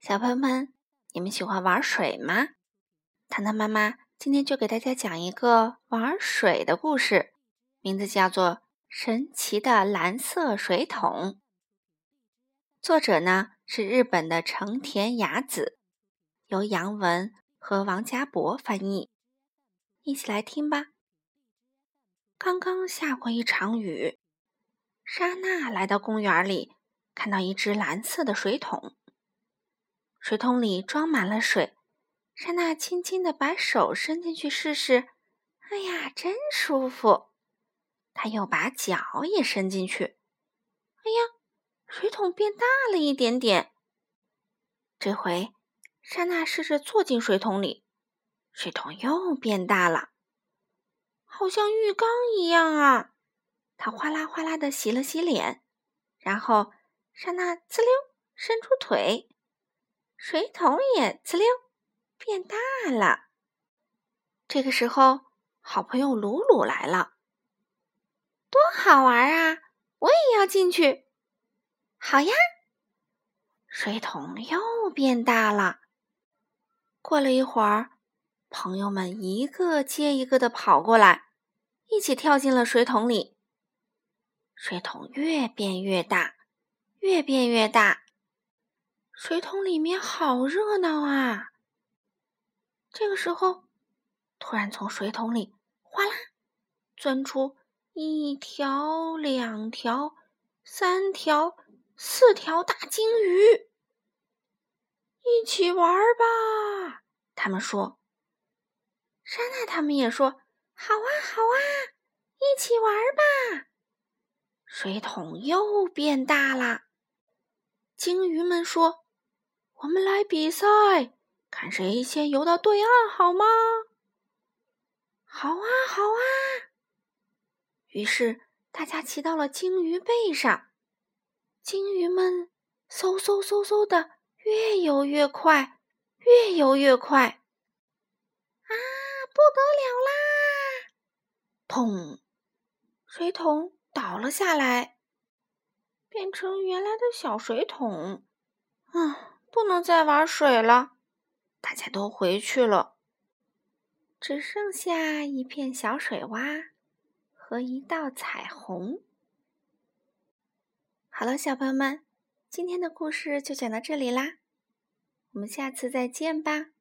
小朋友们，你们喜欢玩水吗？糖糖妈妈今天就给大家讲一个玩水的故事，名字叫做《神奇的蓝色水桶》。作者呢是日本的成田雅子，由杨文和王家博翻译。一起来听吧。刚刚下过一场雨，莎娜来到公园里，看到一只蓝色的水桶。水桶里装满了水，莎娜轻轻地把手伸进去试试，哎呀，真舒服！她又把脚也伸进去，哎呀，水桶变大了一点点。这回，莎娜试着坐进水桶里，水桶又变大了，好像浴缸一样啊！她哗啦哗啦地洗了洗脸，然后莎娜滋溜伸出腿，水桶也滋溜变大了。这个时候，好朋友鲁鲁来了。多好玩啊！我也要进去。好呀！水桶又变大了。过了一会儿，朋友们一个接一个的跑过来，一起跳进了水桶里。水桶越变越大，越变越大。水桶里面好热闹啊！这个时候，突然从水桶里哗啦钻出1条、2条、3条、4条大鲸鱼。一起玩吧，他们说。莎娜他们也说，好啊好啊，一起玩吧。水桶又变大了。鲸鱼们说，我们来比赛，看谁先游到对岸好吗？好啊好啊。于是大家骑到了鲸鱼背上，鲸鱼们嗖嗖嗖嗖的越游越快，越游越快。啊，不得了啦！砰！水桶倒了下来，变成原来的小水桶。不能再玩水了，大家都回去了，只剩下一片小水洼和一道彩虹。好了，小朋友们，今天的故事就讲到这里啦，我们下次再见吧。